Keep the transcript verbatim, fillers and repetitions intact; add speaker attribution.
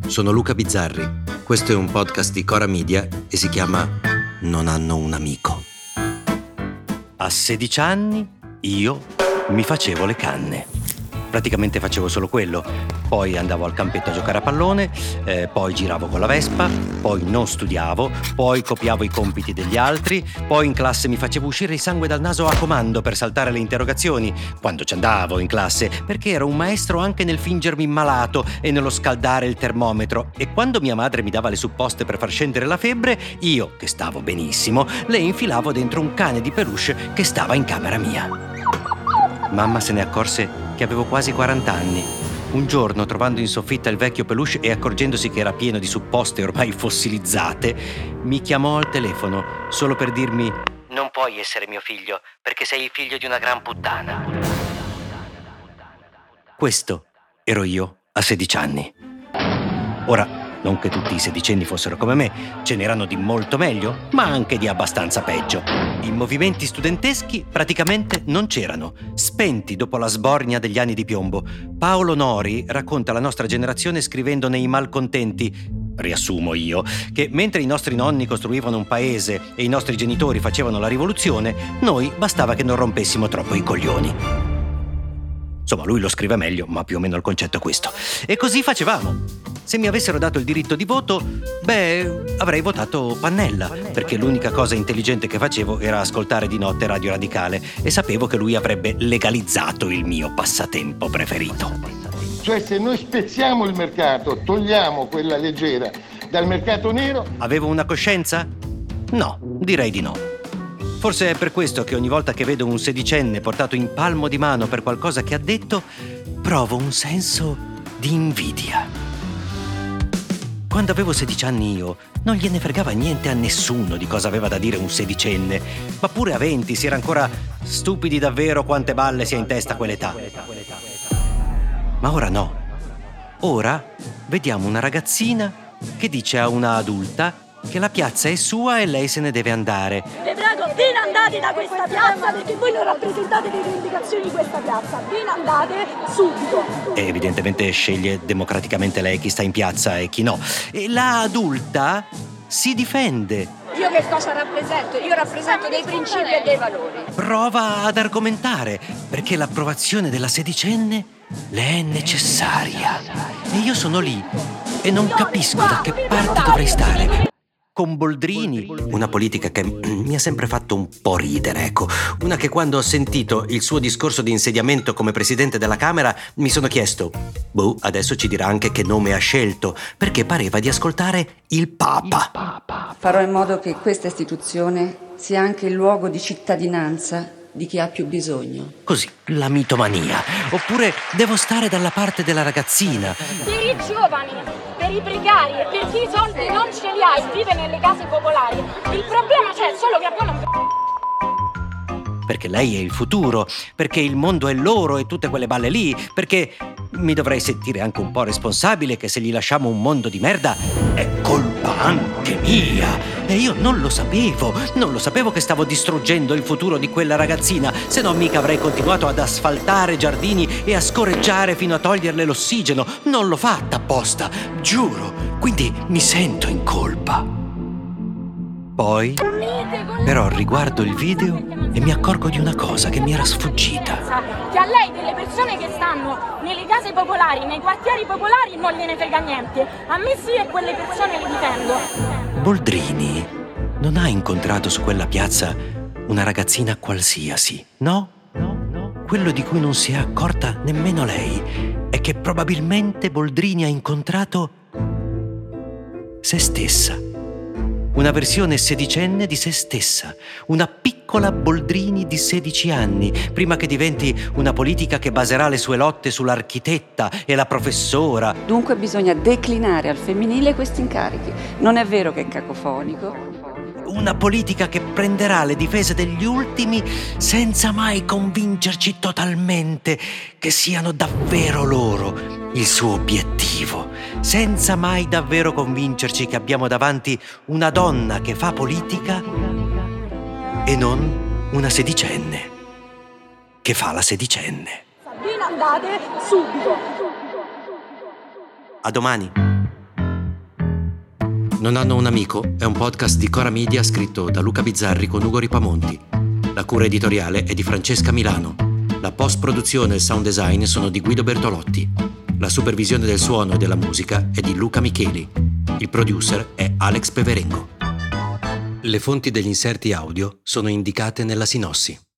Speaker 1: sono Luca Bizzarri. Questo è un podcast di Cora Media e si chiama Non hanno un amico. A sedici anni io mi facevo le canne. Praticamente facevo solo quello. Poi andavo al campetto a giocare a pallone, eh, poi giravo con la Vespa, poi non studiavo, poi copiavo i compiti degli altri, poi in classe mi facevo uscire il sangue dal naso a comando per saltare le interrogazioni, quando ci andavo in classe, perché ero un maestro anche nel fingermi malato e nello scaldare il termometro. E quando mia madre mi dava le supposte per far scendere la febbre, io, che stavo benissimo, le infilavo dentro un cane di peluche che stava in camera mia. Mamma se ne accorse che avevo quasi quaranta anni. Un giorno, trovando in soffitta il vecchio peluche e accorgendosi che era pieno di supposte ormai fossilizzate, mi chiamò al telefono solo per dirmi: non puoi essere mio figlio, perché sei il figlio di una gran puttana. Questo ero io a sedici anni. Ora, non che tutti i sedicenni fossero come me, ce n'erano di molto meglio, ma anche di abbastanza peggio. I movimenti studenteschi praticamente non c'erano, spenti dopo la sbornia degli anni di piombo. Paolo Nori racconta la nostra generazione scrivendo nei Malcontenti, riassumo io, che mentre i nostri nonni costruivano un paese e i nostri genitori facevano la rivoluzione, noi bastava che non rompessimo troppo i coglioni. Insomma, lui lo scrive meglio, ma più o meno il concetto è questo. E così facevamo. Se mi avessero dato il diritto di voto, beh, avrei votato Pannella, perché l'unica cosa intelligente che facevo era ascoltare di notte Radio Radicale e sapevo che lui avrebbe legalizzato il mio passatempo preferito.
Speaker 2: Cioè, se noi spezziamo il mercato, togliamo quella leggera dal mercato nero...
Speaker 1: Avevo una coscienza? No, direi di no. Forse è per questo che ogni volta che vedo un sedicenne portato in palmo di mano per qualcosa che ha detto, provo un senso di invidia. Quando avevo sedici anni io, non gliene fregava niente a nessuno di cosa aveva da dire un sedicenne, ma pure a venti si era ancora stupidi davvero quante balle si ha in testa a quell'età. Ma ora no. Ora vediamo una ragazzina che dice a una adulta che la piazza è sua e lei se ne deve andare.
Speaker 3: Vi prego, ve ne andate da questa piazza perché voi non rappresentate le rivendicazioni di questa piazza. Ve ne andate subito.
Speaker 1: E evidentemente sceglie democraticamente lei chi sta in piazza e chi no. E la adulta si difende.
Speaker 3: Io che cosa rappresento? Io rappresento dei principi e dei valori.
Speaker 1: Prova ad argomentare perché l'approvazione della sedicenne le è necessaria. E io sono lì e non capisco da che parte dovrei stare. Con Boldrini, una politica che mi ha sempre fatto un po' ridere, ecco. Una che quando ho sentito il suo discorso di insediamento come presidente della Camera mi sono chiesto: boh, adesso ci dirà anche che nome ha scelto, perché pareva di ascoltare il Papa.
Speaker 4: Farò in modo che questa istituzione sia anche il luogo di cittadinanza di chi ha più bisogno.
Speaker 1: Così, la mitomania. Oppure devo stare dalla parte della ragazzina.
Speaker 3: Per i giovani, per i precari e per chi i soldi non ce li ha e vive nelle case popolari. Il problema c'è, solo che a voi non...
Speaker 1: Perché lei è il futuro, perché il mondo è loro e tutte quelle balle lì, perché mi dovrei sentire anche un po' responsabile che se gli lasciamo un mondo di merda è colpa anche mia. E io non lo sapevo, non lo sapevo che stavo distruggendo il futuro di quella ragazzina, se no mica avrei continuato ad asfaltare giardini e a scorreggiare fino a toglierle l'ossigeno. Non l'ho fatta apposta, giuro, quindi mi sento in colpa. Poi, però, riguardo il video e mi accorgo di una cosa che mi era sfuggita.
Speaker 3: Che a lei delle persone che stanno nelle case popolari, nei quartieri popolari non gliene frega niente. A me sì e quelle persone le difendo.
Speaker 1: Boldrini non ha incontrato su quella piazza una ragazzina qualsiasi, no? Quello di cui non si è accorta nemmeno lei è che probabilmente Boldrini ha incontrato se stessa. Una versione sedicenne di se stessa, una piccola Boldrini di sedici anni, prima che diventi una politica che baserà le sue lotte sull'architetta e la professora.
Speaker 4: Dunque bisogna declinare al femminile questi incarichi. Non è vero che è cacofonico.
Speaker 1: Una politica che prenderà le difese degli ultimi senza mai convincerci totalmente che siano davvero loro il suo obiettivo, senza mai davvero convincerci che abbiamo davanti una donna che fa politica e non una sedicenne che fa la sedicenne.
Speaker 3: Ve ne andate subito.
Speaker 1: A domani. Non hanno un amico è un podcast di Cora Media scritto da Luca Bizzarri con Ugo Ripamonti. La cura editoriale è di Francesca Milano. La post-produzione e il sound design sono di Guido Bertolotti. La supervisione del suono e della musica è di Luca Micheli. Il producer è Alex Peverengo. Le fonti degli inserti audio sono indicate nella sinossi.